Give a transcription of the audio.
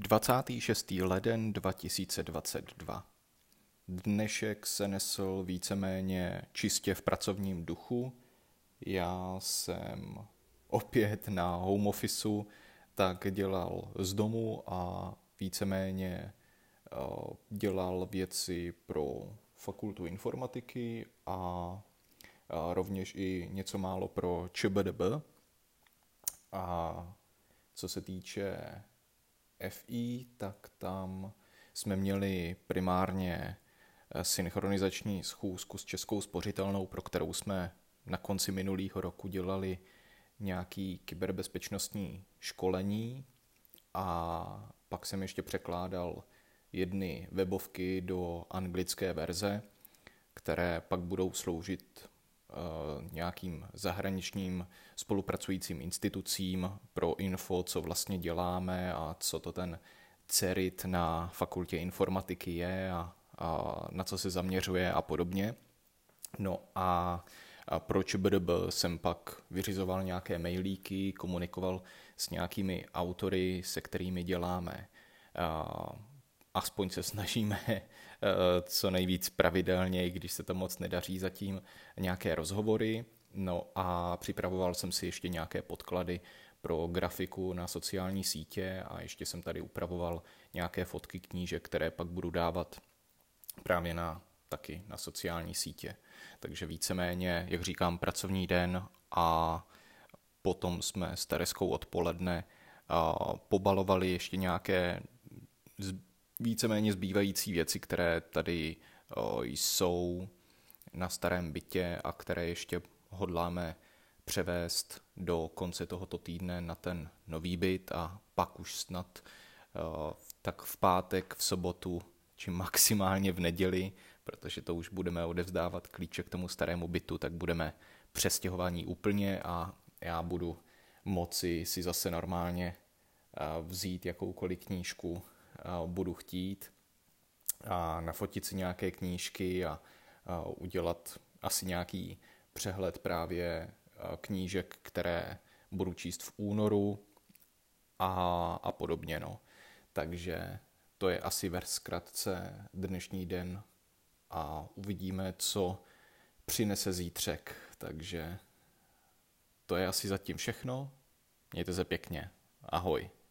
26. leden 2022. Dnešek se nesl víceméně čistě v pracovním duchu. Já jsem opět na home officeu, tak dělal z domu a víceméně dělal věci pro fakultu informatiky a rovněž i něco málo pro ČBDB. A co se týče FI, tak tam jsme měli primárně synchronizační schůzku s Českou spořitelnou, pro kterou jsme na konci minulého roku dělali nějaký kyberbezpečnostní školení a pak jsem ještě překládal jedny webovky do anglické verze, které pak budou sloužit nějakým zahraničním spolupracujícím institucím pro info, co vlastně děláme a co to ten CERIT na fakultě informatiky je a na co se zaměřuje a podobně. No a pro ČBDB jsem pak vyřizoval nějaké mailíky, komunikoval s nějakými autory, se kterými děláme. Aspoň se snažíme co nejvíc pravidelně, i když se to moc nedaří zatím, nějaké rozhovory. No a připravoval jsem si ještě nějaké podklady pro grafiku na sociální sítě a ještě jsem tady upravoval nějaké fotky knížek, které pak budu dávat právě taky na sociální sítě. Takže víceméně, jak říkám, pracovní den a potom jsme s Tereskou odpoledne pobalovali ještě nějaké víceméně zbývající věci, které tady jsou na starém bytě a které ještě hodláme převést do konce tohoto týdne na ten nový byt a pak už snad tak v pátek, v sobotu či maximálně v neděli, protože to už budeme odevzdávat klíče k tomu starému bytu, tak budeme přestěhovaní úplně a já budu moci si zase normálně vzít jakoukoliv knížku budu chtít a nafotit si nějaké knížky a udělat asi nějaký přehled právě knížek, které budu číst v únoru a podobně. No. Takže to je asi ve zkratce dnešní den a uvidíme, co přinese zítřek. Takže to je asi zatím všechno. Mějte se pěkně. Ahoj.